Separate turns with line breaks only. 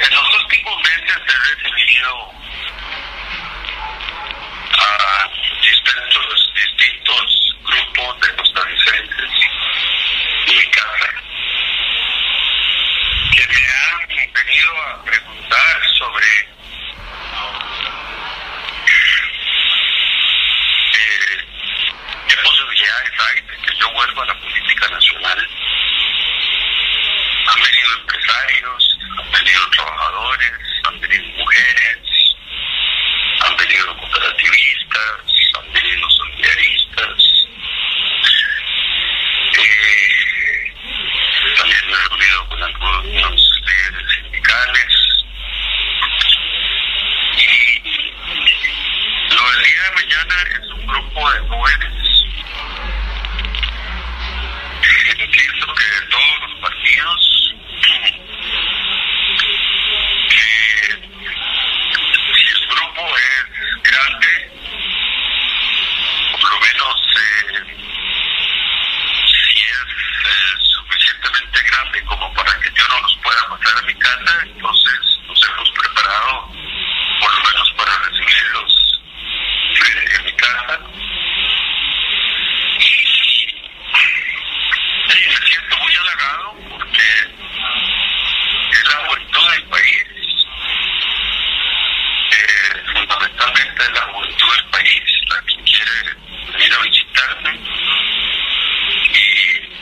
En los últimos meses he recibido a distintos grupos de costarricenses en mi casa que me han venido a preguntar sobre qué posibilidades hay de que yo vuelva a la política nacional. Han venido empresarios, han venido trabajadores, han venido mujeres, han venido cooperativistas, han venido solidaristas. También me he reunido con algunos líderes sindicales. Y lo del día de mañana es un grupo de jóvenes. Entiendo que de todos los partidos, que si el grupo es grande, por lo menos si es suficientemente grande como para que yo no los pueda pasar a mi casa, entonces